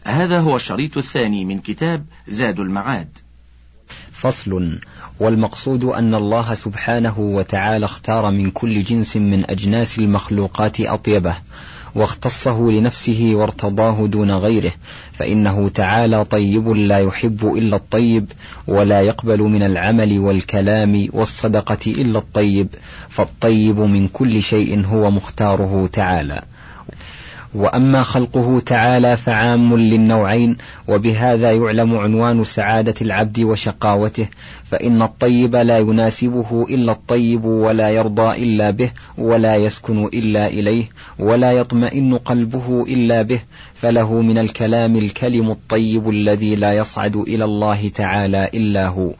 هذا هو الشريط الثاني من كتاب زاد المعاد. فصل. والمقصود أن الله سبحانه وتعالى اختار من كل جنس من أجناس المخلوقات أطيبه، واختصه لنفسه وارتضاه دون غيره، فإنه تعالى طيب لا يحب إلا الطيب، ولا يقبل من العمل والكلام والصدقة إلا الطيب، فالطيب من كل شيء هو مختاره تعالى. وأما خلقه تعالى فعام للنوعين، وبهذا يعلم عنوان سعادة العبد وشقاوته، فإن الطيب لا يناسبه إلا الطيب، ولا يرضى إلا به، ولا يسكن إلا إليه، ولا يطمئن قلبه إلا به، فله من الكلام الكلم الطيب الذي لا يصعد إلى الله تعالى إلا هو،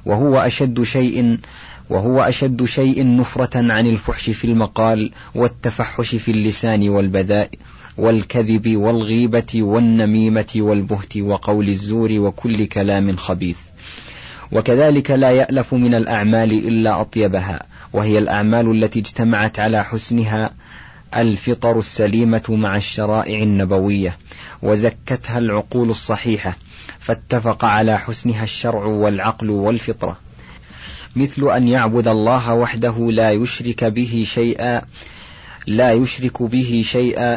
وهو أشد شيء نفرة عن الفحش في المقال، والتفحش في اللسان والبذاء، والكذب والغيبة والنميمة والبهت وقول الزور وكل كلام خبيث. وكذلك لا يألف من الأعمال إلا أطيبها، وهي الأعمال التي اجتمعت على حسنها الفطر السليمة مع الشرائع النبوية، وزكتها العقول الصحيحة، فاتفق على حسنها الشرع والعقل والفطرة، مثل أن يعبد الله وحده لا يشرك به شيئا،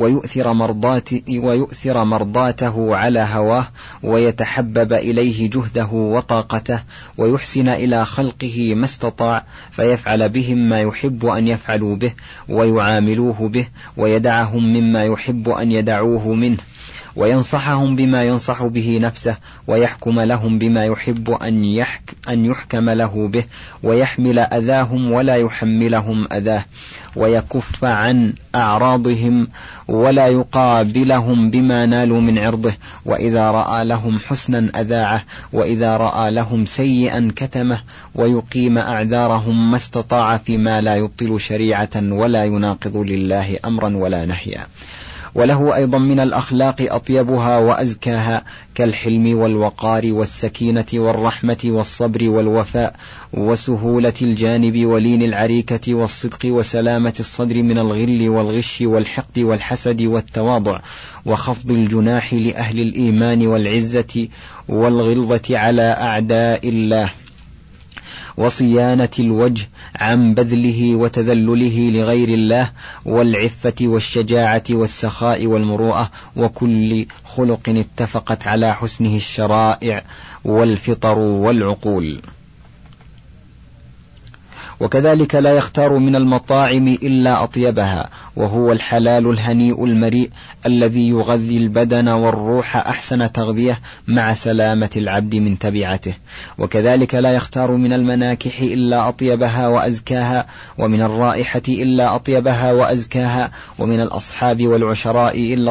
ويؤثر مرضاته على هواه، ويتحبب إليه جهده وطاقته، ويحسن إلى خلقه ما استطاع، فيفعل بهم ما يحب أن يفعلوا به، ويعاملوه به، ويدعهم مما يحب أن يدعوه منه، وينصحهم بما ينصح به نفسه، ويحكم لهم بما يحب أن يحكم له به، ويحمل أذاهم ولا يحملهم أذاه، ويكف عن أعراضهم ولا يقابلهم بما نالوا من عرضه، وإذا رأى لهم حسنا أذاعه، وإذا رأى لهم سيئا كتمه، ويقيم أعذارهم ما استطاع فيما لا يبطل شريعة ولا يناقض لله أمرا ولا نهيا. وله أيضا من الأخلاق أطيبها وأزكاها، كالحلم والوقار والسكينة والرحمة والصبر والوفاء، وسهولة الجانب ولين العريكة والصدق، وسلامة الصدر من الغل والغش والحقد والحسد والتواضع، وخفض الجناح لأهل الإيمان والعزة والغلظة على أعداء الله، وصيانة الوجه عن بذله وتذلله لغير الله، والعفة والشجاعة والسخاء والمروءة، وكل خلق اتفقت على حسنه الشرائع والفطر والعقول. وكذلك لا يختار من المطاعم إلا أطيبها، وهو الحلال الهنيء المريء الذي يغذي البدن والروح أحسن تغذية مع سلامة العبد من تبعته. وكذلك لا يختار من المناكح إلا أطيبها وأزكاها، ومن الرائحة إلا أطيبها وأزكاها، ومن الأصحاب والعشراء إلا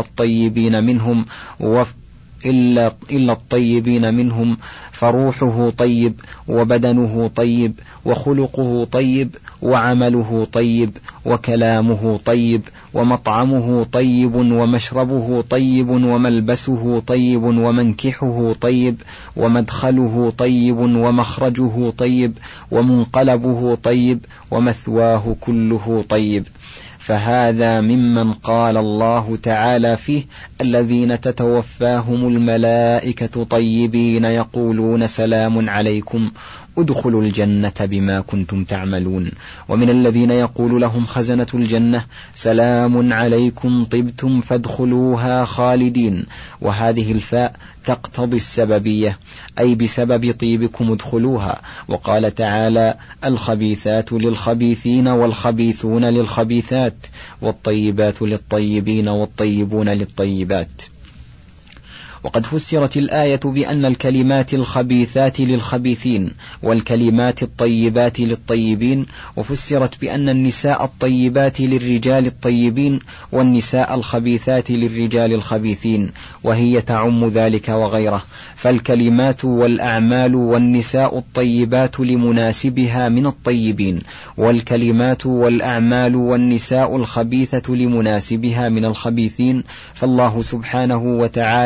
الطيبين منهم، فروحه طيب، وبدنه طيب، وخلقه طيب، وعمله طيب، وكلامه طيب، ومطعمه طيب، ومشربه طيب، وملبسه طيب، ومنكحه طيب، ومدخله طيب، ومخرجه طيب، ومنقلبه طيب، ومثواه كله طيب. فهذا ممن قال الله تعالى فيه: الذين تتوفاهم الملائكة طيبين يقولون سلام عليكم ادخلوا الجنة بما كنتم تعملون. ومن الذين يقول لهم خزنة الجنة: سلام عليكم طبتم فادخلوها خالدين. وهذه الفاء تقتضي السببية، أي بسبب طيبكم ادخلوها. وقال تعالى: الخبيثات للخبيثين والخبيثون للخبيثات، والطيبات للطيبين والطيبون للطيبات. وقد فسرت الآية بأن الكلمات الخبيثات للخبيثين والكلمات الطيبات للطيبين، وفسرت بأن النساء الطيبات للرجال الطيبين والنساء الخبيثات للرجال الخبيثين، وهي تعم ذلك وغيره. فالكلمات والأعمال والنساء الطيبات لمناسبها من الطيبين، والكلمات والأعمال والنساء الخبيثة لمناسبها من الخبيثين. فالله سبحانه وتعالى جعل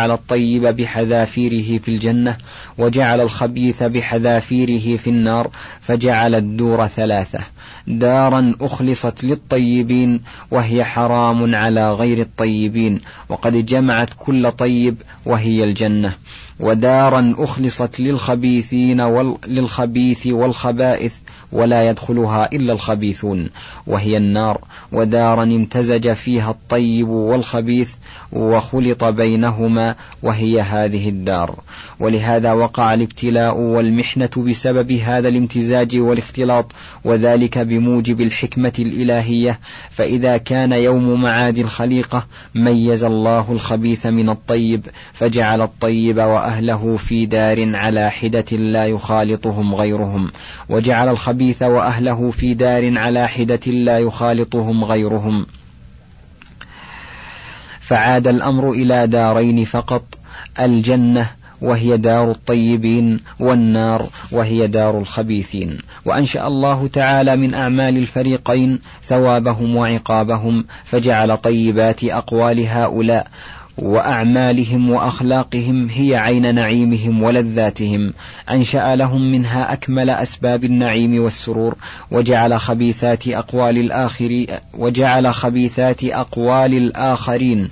فجعل الطيب بحذافيره في الجنة، وجعل الخبيث بحذافيره في النار، فجعل الدور ثلاثة: دارا أخلصت للطيبين وهي حرام على غير الطيبين وقد جمعت كل طيب وهي الجنة، ودارا أخلصت للخبيثين للخبيث والخبائث ولا يدخلها إلا الخبيثون وهي النار، ودارا امتزج فيها الطيب والخبيث وخلط بينهما وهي هذه الدار. ولهذا وقع الابتلاء والمحنة بسبب هذا الامتزاج والاختلاط، وذلك بموجب الحكمة الإلهية. فإذا كان يوم معاد الخليقة ميز الله الخبيث من الطيب، فجعل الطيب وأهله في دار على حدة لا يخالطهم غيرهم، وجعل الخبيث وأهله في دار على حدة لا يخالطهم غيرهم، فعاد الأمر إلى دارين فقط: الجنة وهي دار الطيبين، والنار وهي دار الخبيثين. وأنشأ الله تعالى من أعمال الفريقين ثوابهم وعقابهم، فجعل طيبات أقوال هؤلاء وأعمالهم وأخلاقهم هي عين نعيمهم ولذاتهم، أنشأ لهم منها أكمل أسباب النعيم والسرور، وجعل خبيثات أقوال الآخرين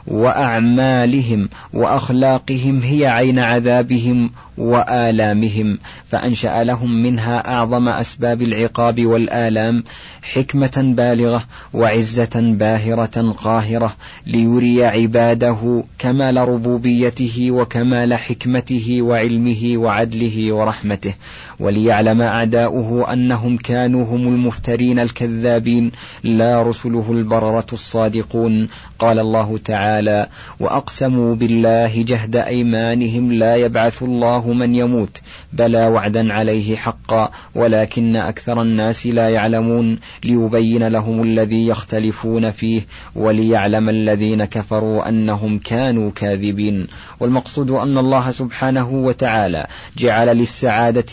وأعمالهم وأخلاقهم هي عين عذابهم وآلامهم، فأنشأ لهم منها أعظم أسباب العقاب والآلام، حكمة بالغة وعزة باهرة قاهرة، ليري عباده كمال ربوبيته وكمال حكمته وعلمه وعدله ورحمته، وليعلم أعداؤه أنهم كانوا هم المفترين الكذابين لا رسله البررة الصادقون. قال الله تعالى: وأقسموا بالله جهد أيمانهم لا يبعث الله من يموت، بلى وعدا عليه حقا ولكن أكثر الناس لا يعلمون، ليبين لهم الذي يختلفون فيه وليعلم الذين كفروا أنهم كانوا كاذبين. والمقصود أن الله سبحانه وتعالى جعل للسعادة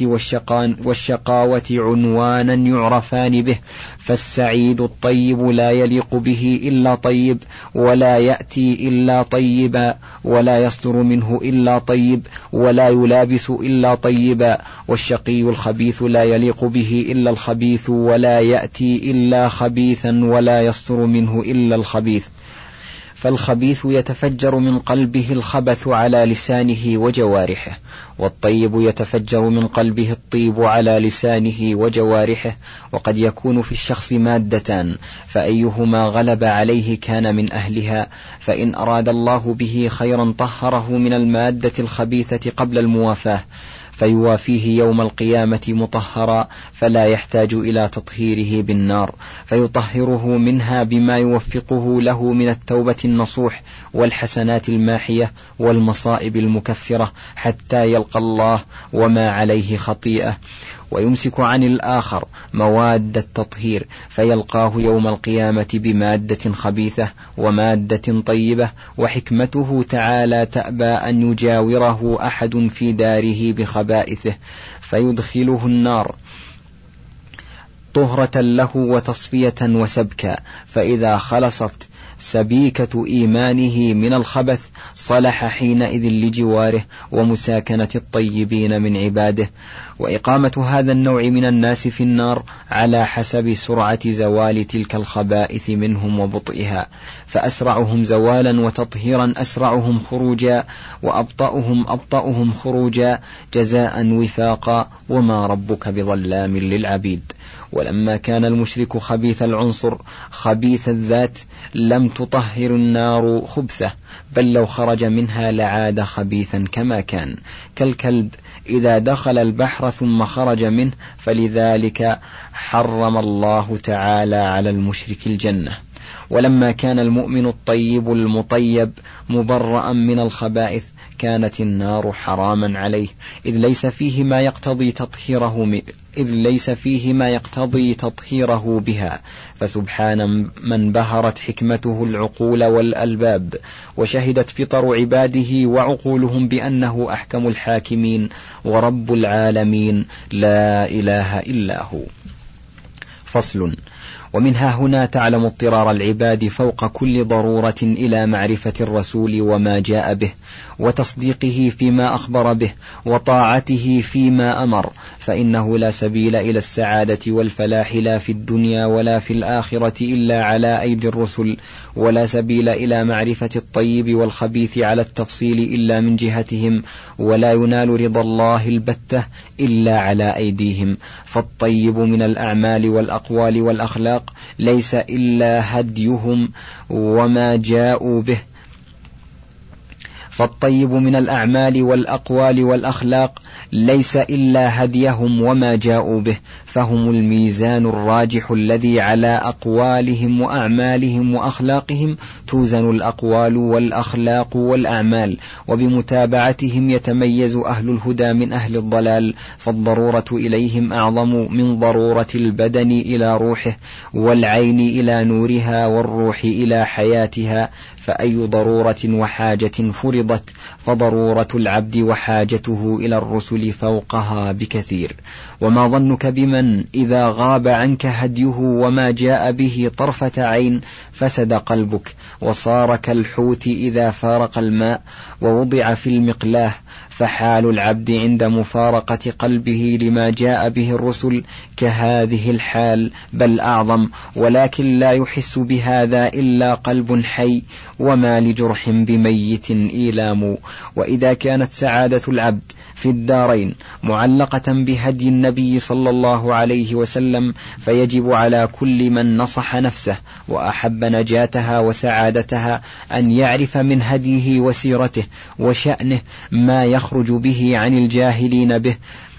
والشقاوة عنوانا يعرفان به، فالسعيد الطيب لا يليق به إلا طيب، ولا يأتي إلا طيبا، ولا يصدر منه إلا طيب، ولا يلابس إلا طيبا. والشقي الخبيث لا يليق به إلا الخبيث، ولا يأتي إلا خبيثا، ولا يصدر منه إلا الخبيث. فالخبيث يتفجر من قلبه الخبث على لسانه وجوارحه، والطيب يتفجر من قلبه الطيب على لسانه وجوارحه. وقد يكون في الشخص مادتان، فأيهما غلب عليه كان من أهلها، فإن أراد الله به خيرا طهره من المادة الخبيثة قبل الموافاة، فيوافيه يوم القيامة مطهرا، فلا يحتاج إلى تطهيره بالنار، فيطهره منها بما يوفقه له من التوبة النصوح والحسنات الماحية والمصائب المكفرة حتى يلقى الله وما عليه خطيئة، ويمسك عن الآخر مواد التطهير، فيلقاه يوم القيامة بمادة خبيثة ومادة طيبة. وحكمته تعالى تأبى أن يجاوره أحد في داره بخبائثه، فيدخله النار طهرة له وتصفية وسبكا، فإذا خلصت سبيكة إيمانه من الخبث صلح حينئذ لجواره ومساكنة الطيبين من عباده. وإقامة هذا النوع من الناس في النار على حسب سرعة زوال تلك الخبائث منهم وبطئها، فأسرعهم زوالا وتطهيرا أسرعهم خروجا، وأبطأهم خروجا، جزاء وفاقا، وما ربك بظلام للعبيد. ولما كان المشرك خبيث العنصر خبيث الذات لم تطهر النار خبثه، بل لو خرج منها لعاد خبيثا كما كان، كالكلب إذا دخل البحر ثم خرج منه، فلذلك حرم الله تعالى على المشرك الجنة. ولما كان المؤمن الطيب المطيب مبرأ من الخبائث كانت النار حراما عليه، إذ ليس فيه ما يقتضي تطهيره بها. فسبحان من بهرت حكمته العقول والألباب، وشهدت فطر عباده وعقولهم بأنه أحكم الحاكمين ورب العالمين لا إله إلا هو. فصل. ومنها هنا تعلم اضطرار العباد فوق كل ضرورة إلى معرفة الرسول وما جاء به، وتصديقه فيما أخبر به، وطاعته فيما أمر، فإنه لا سبيل إلى السعادة والفلاح لا في الدنيا ولا في الآخرة إلا على أيدي الرسل، ولا سبيل إلى معرفة الطيب والخبيث على التفصيل إلا من جهتهم، ولا ينال رضا الله البتة إلا على أيديهم. فالطيب من الأعمال والأقوال والأخلاق ليس إلا هديهم وما جاءوا به. فالطيب من الأعمال والأقوال والأخلاق ليس إلا هديهم وما جاءوا به، فهم الميزان الراجح الذي على أقوالهم وأعمالهم وأخلاقهم توزن الأقوال والأخلاق والأعمال، وبمتابعتهم يتميز أهل الهدى من أهل الضلال، فالضرورة إليهم أعظم من ضرورة البدن إلى روحه، والعين إلى نورها، والروح إلى حياتها. فأي ضرورة وحاجة فرضت، فضرورة العبد وحاجته إلى الرسل فوقها بكثير. وما ظنك بمن إذا غاب عنك هديه وما جاء به طرفة عين فسد قلبك، وصار كالحوت إذا فارق الماء ووضع في المقلاه. فحال العبد عند مفارقة قلبه لما جاء به الرسل كهذه الحال بل أعظم، ولكن لا يحس بهذا إلا قلب حي، وما لجرح بميت إيلام. وإذا كانت سعادة العبد في الدارين معلقة بهدي النبي صلى الله عليه وسلم، فيجب على كل من نصح نفسه وأحب نجاتها وسعادتها أن يعرف من هديه وسيرته وشأنه ما يخرج به عن الجاهلين به،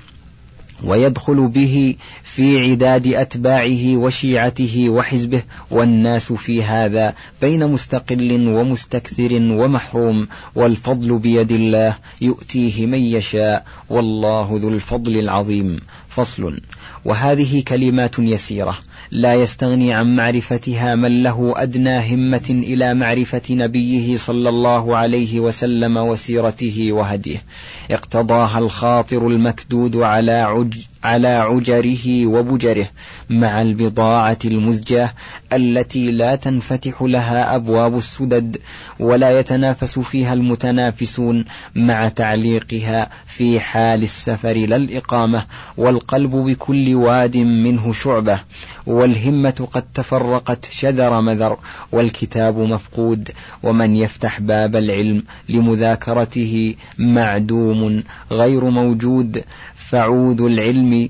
ويدخل به في عداد أتباعه وشيعته وحزبه. والناس في هذا بين مستقل ومستكثر ومحروم، والفضل بيد الله يؤتيه من يشاء، والله ذو الفضل العظيم. فصل. وهذه كلمات يسيرة لا يستغني عن معرفتها من له أدنى همة إلى معرفة نبيه صلى الله عليه وسلم وسيرته وهديه، اقتضاها الخاطر المكدود على عجره وبجره، مع البضاعة المزجاة التي لا تنفتح لها أبواب السدد ولا يتنافس فيها المتنافسون، مع تعليقها في حال السفر لا الإقامة، والقلب بكل واد منه شعبة، والهمة قد تفرقت شذر مذر، والكتاب مفقود. ومن يفتح باب العلم لمذاكرته معدوم غير موجود، فعود العلم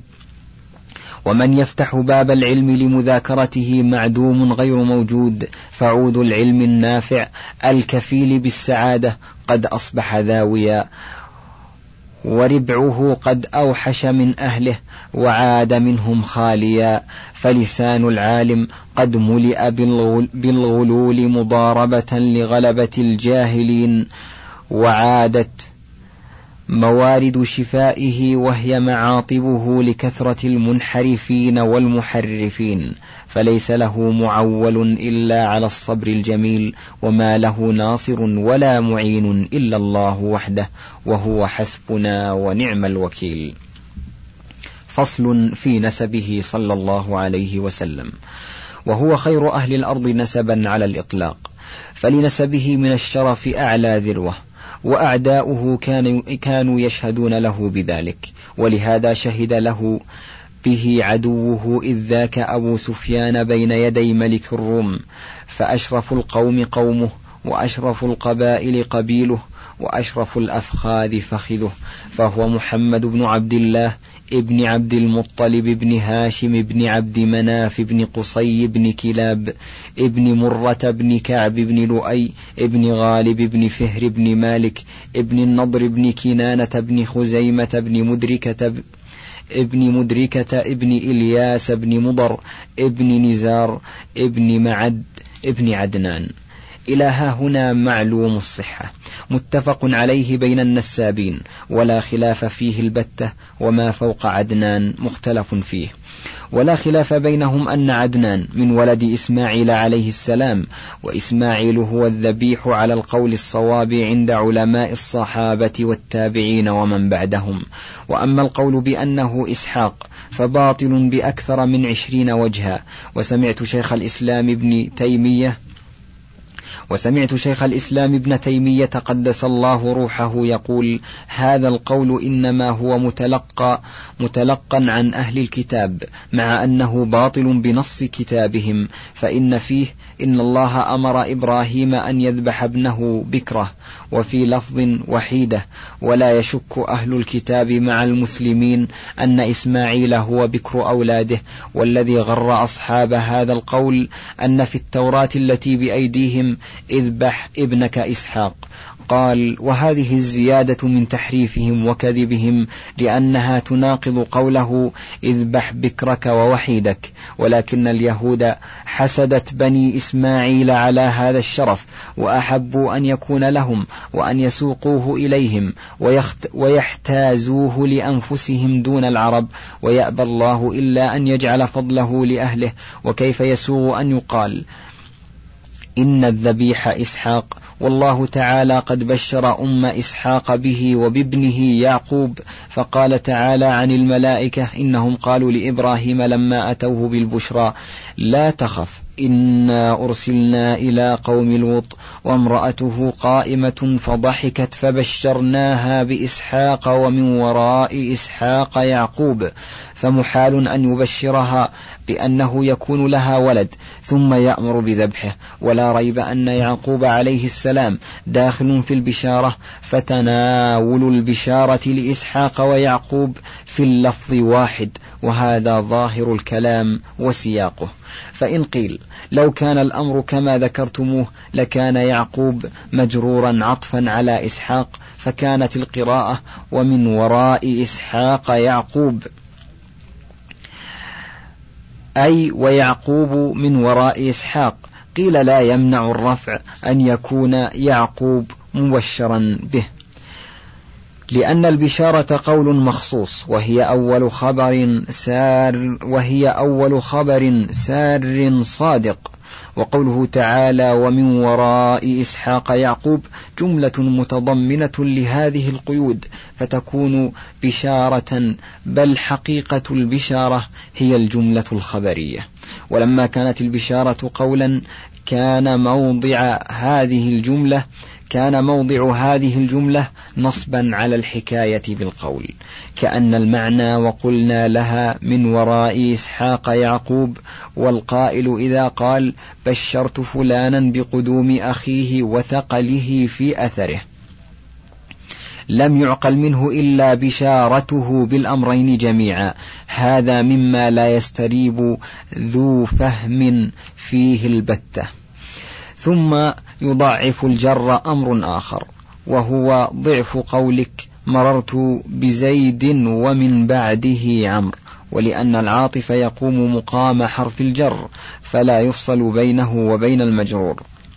ومن يفتح باب العلم لمذاكرته معدوم غير موجود، فعود العلم النافع الكفيل بالسعادة قد أصبح ذاويا، وربعه قد أوحش من أهله وعاد منهم خاليا. فلسان العالم قد ملئ بالغلول مضاربة لغلبة الجاهلين، وعادت موارد شفائه وهي معاطبه لكثرة المنحرفين والمحرفين، فليس له معول إلا على الصبر الجميل، وما له ناصر ولا معين إلا الله وحده، وهو حسبنا ونعم الوكيل. فصل في نسبه صلى الله عليه وسلم. وهو خير أهل الأرض نسبا على الإطلاق، فلنسبه من الشرف أعلى ذروة، وأعداؤه كانوا يشهدون له بذلك، ولهذا شهد له به عدوه إذ ذاك أبو سفيان بين يدي ملك الروم. فأشرف القوم قومه، وأشرف القبائل قبيله، وأشرف الأفخاذ فخذه، فهو محمد بن عبد الله ابن عبد المطلب ابن هاشم ابن عبد مناف ابن قصي ابن كلاب ابن مرة ابن كعب ابن لؤي ابن غالب ابن فهر ابن مالك ابن النضر ابن كنانة ابن خزيمة ابن مدركة ابن إلياس ابن مضر ابن نزار ابن معد ابن عدنان إلى هنا معلوم الصحة متفق عليه بين النسابين ولا خلاف فيه البتة، وما فوق عدنان مختلف فيه. ولا خلاف بينهم أن عدنان من ولد إسماعيل عليه السلام، وإسماعيل هو الذبيح على القول الصواب عند علماء الصحابة والتابعين ومن بعدهم. وأما القول بأنه إسحاق فباطل بأكثر من 20 وجها. وسمعت شيخ الإسلام ابن تيمية قدس الله روحه يقول: هذا القول إنما هو متلقا عن أهل الكتاب، مع أنه باطل بنص كتابهم، فإن فيه: إن الله أمر إبراهيم أن يذبح ابنه بكرة، وفي لفظ وحيدة. ولا يشك أهل الكتاب مع المسلمين أن إسماعيل هو بكر أولاده. والذي غر أصحاب هذا القول أن في التوراة التي بأيديهم: اذبح ابنك إسحاق. قال: وهذه الزيادة من تحريفهم وكذبهم، لأنها تناقض قوله: اذبح بكرك ووحيدك. ولكن اليهود حسدت بني إسماعيل على هذا الشرف، وأحبوا أن يكون لهم، وأن يسوقوه إليهم ويحتازوه لأنفسهم دون العرب، ويأبى الله إلا أن يجعل فضله لأهله. وكيف يسوغ أن يقال إن الذبيح إسحاق، والله تعالى قد بشر إسحاق به وبابنه يعقوب، فقال تعالى عن الملائكة: إنهم قالوا لإبراهيم لما أتوه بالبشرى: لا تخف إنا أرسلنا إلى قوم لوط وامرأته قائمة فضحكت فبشرناها بإسحاق ومن وراء إسحاق يعقوب. فمحال أن يبشرها بأنه يكون لها ولد ثم يأمر بذبحه. ولا ريب أن يعقوب عليه السلام داخل في البشارة، فتناول البشارة لإسحاق ويعقوب في اللفظ واحد، وهذا ظاهر الكلام وسياقه. فإن قيل لو كان الأمر كما ذكرتموه لكان يعقوب مجرورا عطفا على إسحاق، فكانت القراءة ومن وراء إسحاق يعقوب، أي ويعقوب من وراء إسحاق. قيل لا يمنع الرفع أن يكون يعقوب مبشرا به، لأن البشارة قول مخصوص، وهي أول خبر سار صادق. وقوله تعالى ومن وراء إسحاق يعقوب جملة متضمنة لهذه القيود، فتكون بشارة، بل حقيقة البشارة هي الجملة الخبرية. ولما كانت البشارة قولا كان موضع هذه الجملة نصبا على الحكاية بالقول، كأن المعنى وقلنا لها من وراء إسحاق يعقوب، والقائل إذا قال بشرت فلانا بقدوم أخيه وثقله في أثره لم يعقل منه إلا بشارته بالأمرين جميعا. هذا مما لا يستريب ذو فهم فيه البتة. ثم يضعف الجر أمر آخر، وهو ضعف قولك مررت بزيد ومن بعده عمرو، ولأن العاطف يقوم مقام حرف الجر فلا يفصل بينه وبين المجرور،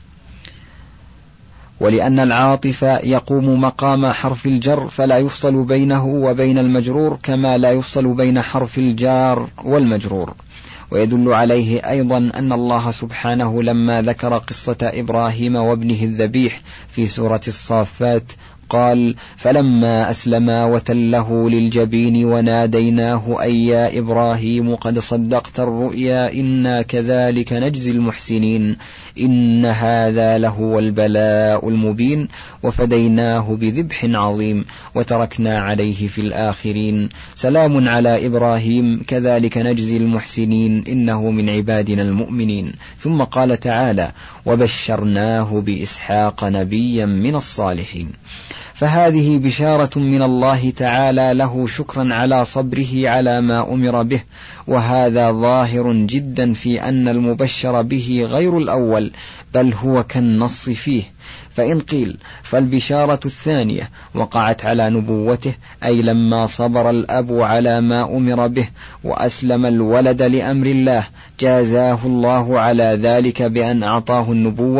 كما لا يفصل بين حرف الجار والمجرور. ويدل عليه أيضا أن الله سبحانه لما ذكر قصة إبراهيم وابنه الذبيح في سورة الصافات قال فلما أسلما وتله للجبين وناديناه أي يا إبراهيم قد صدقت الرؤيا إنا كذلك نجزي المحسنين إن هذا لهو البلاء المبين وفديناه بذبح عظيم وتركنا عليه في الآخرين سلام على إبراهيم كذلك نجزي المحسنين إنه من عبادنا المؤمنين. ثم قال تعالى وبشرناه بإسحاق نبيا من الصالحين. فهذه بشارة من الله تعالى له شكرا على صبره على ما أمر به، وهذا ظاهر جدا في أن المبشر به غير الأول بل هو كالنص فيه. فإن قيل فالبشارة الثانية وقعت على نبوته، أي لما صبر الأب على ما أمر به وأسلم الولد لأمر الله جازاه الله على ذلك بأن أعطاه النبوة.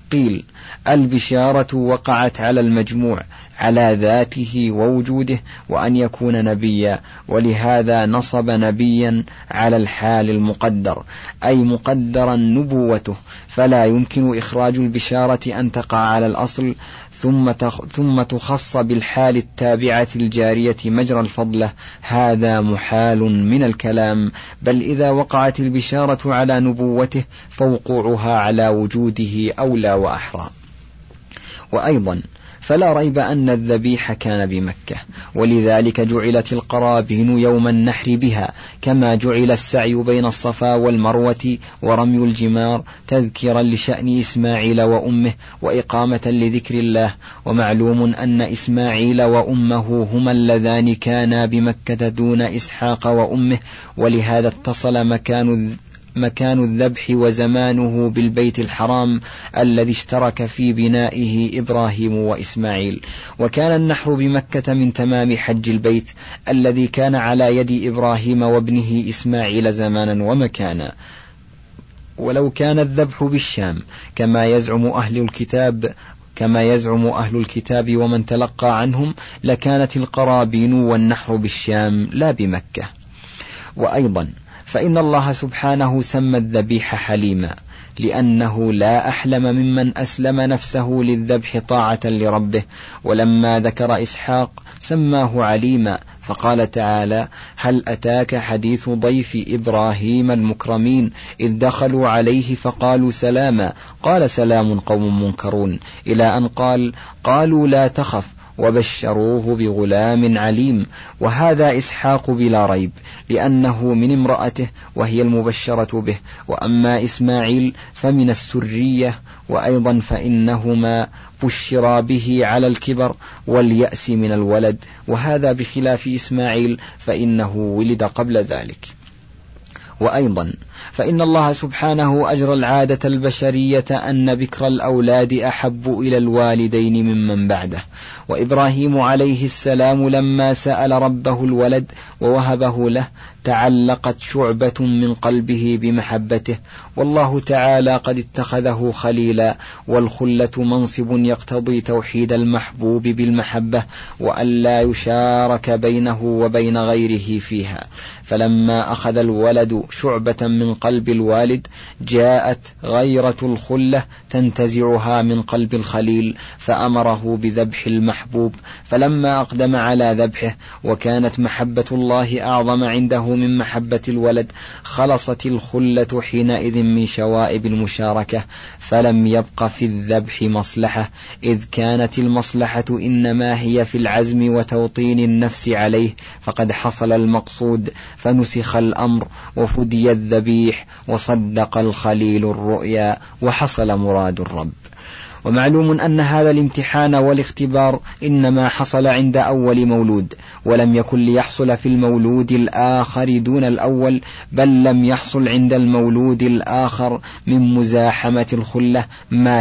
قيل البشارة وقعت على المجموع على ذاته ووجوده وأن يكون نبيا، ولهذا نصب نبيا على الحال المقدر، أي مقدرا نبوته، فلا يمكن إخراج البشارة أن تقع على الأصل ثم تخص بالحال التابعة الجارية مجرى الفضلة، هذا محال من الكلام، بل إذا وقعت البشارة على نبوته فوقوعها على وجوده أولى وأحرى. وأيضا فلا ريب أن الذبيح كان بمكة، ولذلك جعلت القرابين يوم النحر بها، كما جعل السعي بين الصفا والمروة ورمي الجمار تذكيرا لشأن إسماعيل وأمه وإقامة لذكر الله. ومعلوم أن إسماعيل وأمه هما اللذان كانا بمكة دون إسحاق وأمه، ولهذا اتصل مكان الذبح وزمانه بالبيت الحرام الذي اشترك في بنائه إبراهيم وإسماعيل. وكان النحر بمكة من تمام حج البيت الذي كان على يد إبراهيم وابنه إسماعيل زمانا ومكانا. ولو كان الذبح بالشام كما يزعم أهل الكتاب ومن تلقى عنهم، لكانت القرابين والنحر بالشام لا بمكة. وأيضا فإن الله سبحانه سمى الذبيح حليما، لأنه لا أحلم ممن أسلم نفسه للذبح طاعة لربه. ولما ذكر إسحاق سماه عليما، فقال تعالى: هل أتاك حديث ضيف إبراهيم المكرمين إذ دخلوا عليه فقالوا سلاما، قال سلام قوم منكرون، إلى أن قالوا لا تخف وبشروه بغلام عليم. وهذا إسحاق بلا ريب، لأنه من امرأته وهي المبشرة به. وأما إسماعيل فمن السرية، وأيضا فإنهما بشرا به على الكبر واليأس من الولد، وهذا بخلاف إسماعيل فإنه ولد قبل ذلك. وأيضا فإن الله سبحانه أجرى العادة البشرية أن بكر الأولاد أحب إلى الوالدين ممن بعده. وإبراهيم عليه السلام لما سأل ربه الولد ووهبه له تعلقت شعبة من قلبه بمحبته، والله تعالى قد اتخذه خليلا، والخلة منصب يقتضي توحيد المحبوب بالمحبة وأن لا يشارك بينه وبين غيره فيها. فلما أخذ الولد شعبة من قلب الوالد جاءت غيرة الخلة تنتزعها من قلب الخليل، فأمره بذبح المحبوب. فلما أقدم على ذبحه وكانت محبة الله أعظم عنده من محبة الولد، خلصت الخلة حينئذ من شوائب المشاركة، فلم يبق في الذبح مصلحة، إذ كانت المصلحة إنما هي في العزم وتوطين النفس عليه، فقد حصل المقصود فنسخ الأمر وفدي الذبيح وصدق الخليل الرؤيا وحصل مراد الرب. ومعلوم أن هذا الامتحان والاختبار إنما حصل عند أول مولود، ولم يكن ليحصل في المولود الآخر دون الأول، بل لم يحصل عند المولود الآخر من مزاحمة الخلة ما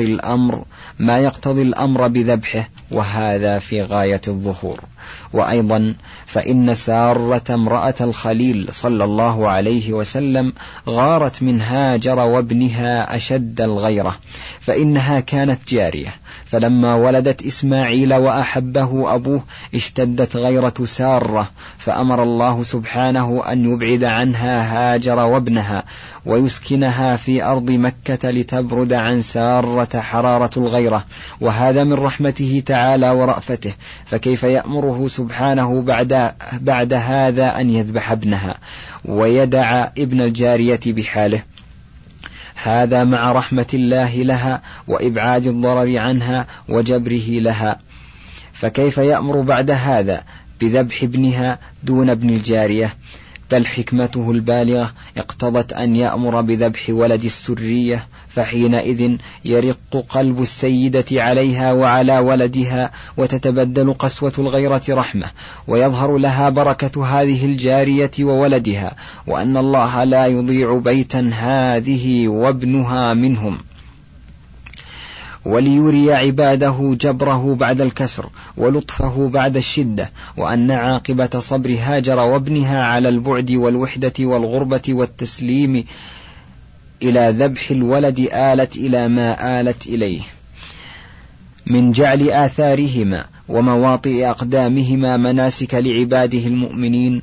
يقتضي الأمر بذبحه، وهذا في غاية الظهور. وأيضا فإن سارة امرأة الخليل صلى الله عليه وسلم غارت من هاجر وابنها أشد الغيرة، فإنها كانت جارية، فلما ولدت إسماعيل وأحبه أبوه اشتدت غيرة سارة، فأمر الله سبحانه أن يبعد عنها هاجر وابنها ويسكنها في أرض مكة لتبرد عن سارة حرارة الغيرة، وهذا من رحمته تعالى ورأفته. فكيف يأمره سبحانه بعد هذا أن يذبح ابنها ويدع ابن الجارية بحاله؟ هذا مع رحمة الله لها وإبعاد الضرر عنها وجبره لها. فكيف يأمر بعد هذا بذبح ابنها دون ابن الجارية؟ بل حكمته البالغة اقتضت أن يأمر بذبح ولد السرية، فحينئذ يرق قلب السيدة عليها وعلى ولدها، وتتبدل قسوة الغيرة رحمة، ويظهر لها بركة هذه الجارية وولدها، وأن الله لا يضيع بيتا هذه وابنها منهم، وليري عباده جبره بعد الكسر ولطفه بعد الشدة، وأن عاقبة صبر هاجر وابنها على البعد والوحدة والغربة والتسليم إلى ذبح الولد آلت إلى ما آلت إليه من جعل آثارهما ومواطئ أقدامهما مناسك لعباده المؤمنين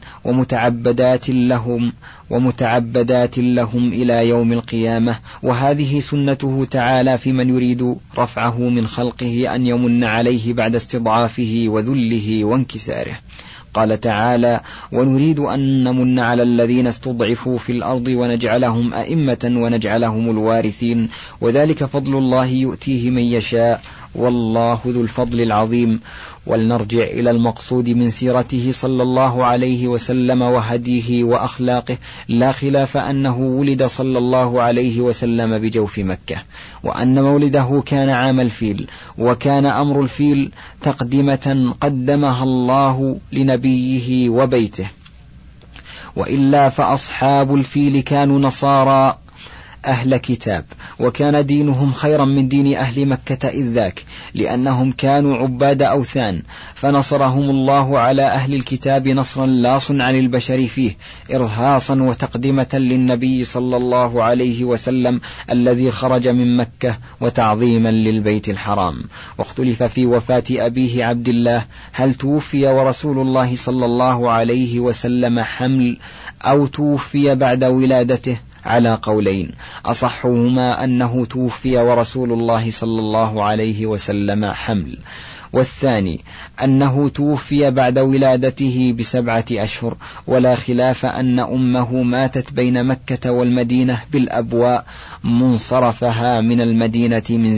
ومتعبدات لهم إلى يوم القيامة. وهذه سنته تعالى في من يريد رفعه من خلقه أن يمن عليه بعد استضعافه وذله وانكساره. قال تعالى: ونريد أن نمن على الذين استضعفوا في الأرض ونجعلهم أئمة ونجعلهم الوارثين وذلك فضل الله يؤتيه من يشاء والله ذو الفضل العظيم. ولنرجع إلى المقصود من سيرته صلى الله عليه وسلم وهديه وأخلاقه. لا خلاف أنه ولد صلى الله عليه وسلم بجوف مكة، وأن مولده كان عام الفيل، وكان أمر الفيل تقدمة قدمها الله لنبيه وبيته، وإلا فأصحاب الفيل كانوا نصارى أهل كتاب، وكان دينهم خيرا من دين أهل مكة إذ ذاك، لأنهم كانوا عباد أوثان، فنصرهم الله على أهل الكتاب نصرا لا صنع للبشر فيه، إرهاصا وتقدمة للنبي صلى الله عليه وسلم الذي خرج من مكة وتعظيما للبيت الحرام. واختلف في وفاة أبيه عبد الله هل توفي ورسول الله صلى الله عليه وسلم حمل أو توفي بعد ولادته على قولين، أصحهما أنه توفي ورسول الله صلى الله عليه وسلم حمل، والثاني أنه توفي بعد ولادته ب7 أشهر. ولا خلاف أن أمه ماتت بين مكة والمدينة بالأبواء منصرفها من المدينة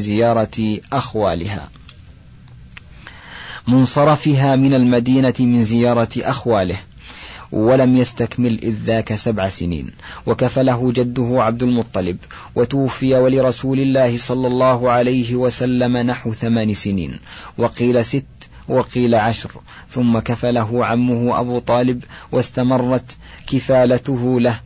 من زيارة أخواله، ولم يستكمل إذ ذاك 7 سنين، وكفله جده عبد المطلب، وتوفي ولرسول الله صلى الله عليه وسلم نحو 8 سنين، وقيل 6 وقيل 10، ثم كفله عمه أبو طالب، واستمرت كفالته له،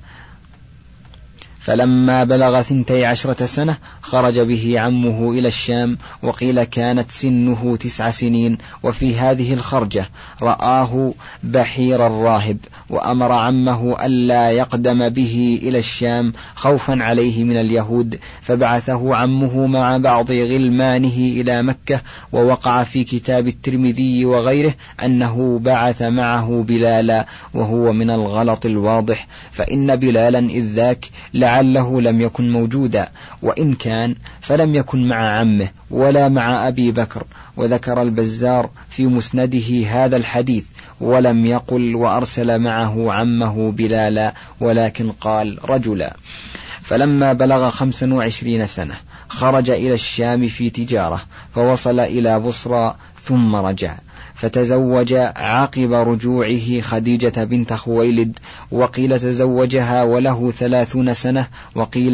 فلما بلغ 12 سنة خرج به عمه إلى الشام، وقيل كانت سنه 9 سنين. وفي هذه الخرجة رآه بحير الراهب، وأمر عمه ألا يقدم به إلى الشام خوفا عليه من اليهود، فبعثه عمه مع بعض غلمانه إلى مكة. ووقع في كتاب الترمذي وغيره أنه بعث معه بلالا، وهو من الغلط الواضح، فإن بلالا إذ ذاك لعله لم يكن موجودا، وإن كان فلم يكن مع عمه ولا مع أبي بكر. وذكر البزار في مسنده هذا الحديث، ولم يقل وأرسل معه عمه بلالا، ولكن قال رجلا. فلما بلغ 25 سنة خرج إلى الشام في تجارة، فوصل إلى بصرى ثم رجع، فتزوج عقب رجوعه خديجة بنت خويلد، وقيل تزوجها وله 30 سنة، وقيل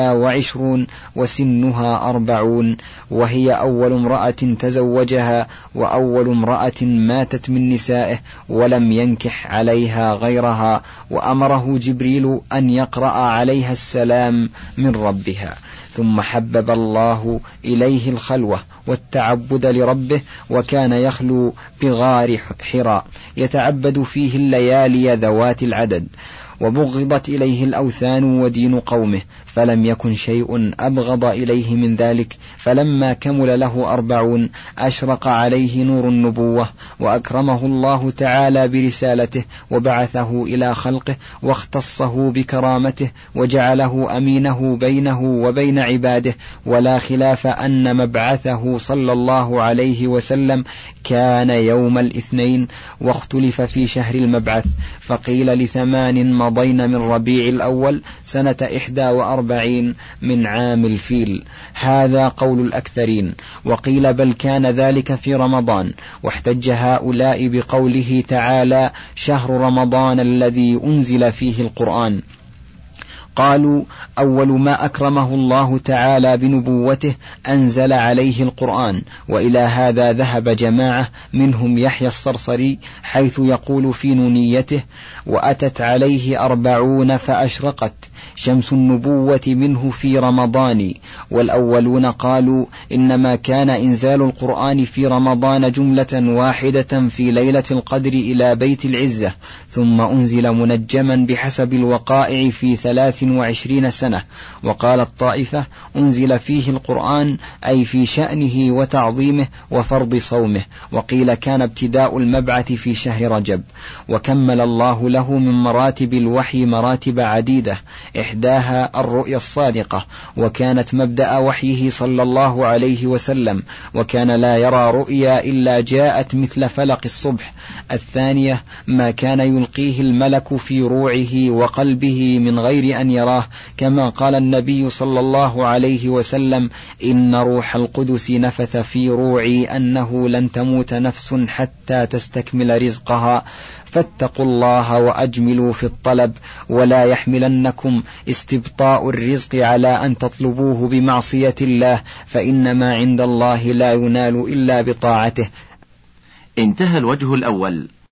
21 وسنها 40، وهي أول امرأة تزوجها وأول امرأة ماتت من نسائه، ولم ينكح عليها غيرها، وأمره جبريل أن يقرأ عليها السلام من ربها. ثم حبب الله إليه الخلوة والتعبد لربه، وكان يخلو بغار حراء يتعبد فيه الليالي ذوات العدد، وبغضت إليه الأوثان ودين قومه، فلم يكن شيء أبغض إليه من ذلك. فلما كمل له 40 أشرق عليه نور النبوة، وأكرمه الله تعالى برسالته، وبعثه إلى خلقه، واختصه بكرامته، وجعله أمينه بينه وبين عباده. ولا خلاف أن مبعثه صلى الله عليه وسلم كان يوم الاثنين، واختلف في شهر المبعث، فقيل ل8 مضين من ربيع الأول سنة 41 من عام الفيل، هذا قول الأكثرين. وقيل بل كان ذلك في رمضان، واحتج هؤلاء بقوله تعالى شهر رمضان الذي أنزل فيه القرآن. قالوا أول ما أكرمه الله تعالى بنبوته أنزل عليه القرآن. وإلى هذا ذهب جماعة منهم يحيى الصرصري، حيث يقول في نونيته وأتت عليه 40 فأشرقت شمس النبوة منه في رمضان. والأولون قالوا إنما كان إنزال القرآن في رمضان جملة واحدة في ليلة القدر إلى بيت العزة، ثم أنزل منجما بحسب الوقائع في 23 20 سنة. وقال الطائفة أنزل فيه القرآن أي في شأنه وتعظيمه وفرض صومه. وقيل كان ابتداء المبعث في شهر رجب. وكمل الله له من مراتب الوحي مراتب عديدة، إحداها الرؤيا الصادقة، وكانت مبدأ وحيه صلى الله عليه وسلم، وكان لا يرى رؤيا إلا جاءت مثل فلق الصبح. الثانية ما كان يلقيه الملك في روعه وقلبه من غير أن يراه، كما قال النبي صلى الله عليه وسلم: إن روح القدس نفث في روعي أنه لن تموت نفس حتى تستكمل رزقها، فاتقوا الله وأجملوا في الطلب، ولا يحملنكم استبطاء الرزق على أن تطلبوه بمعصية الله، فإن ما عند الله لا ينال إلا بطاعته. انتهى الوجه الأول.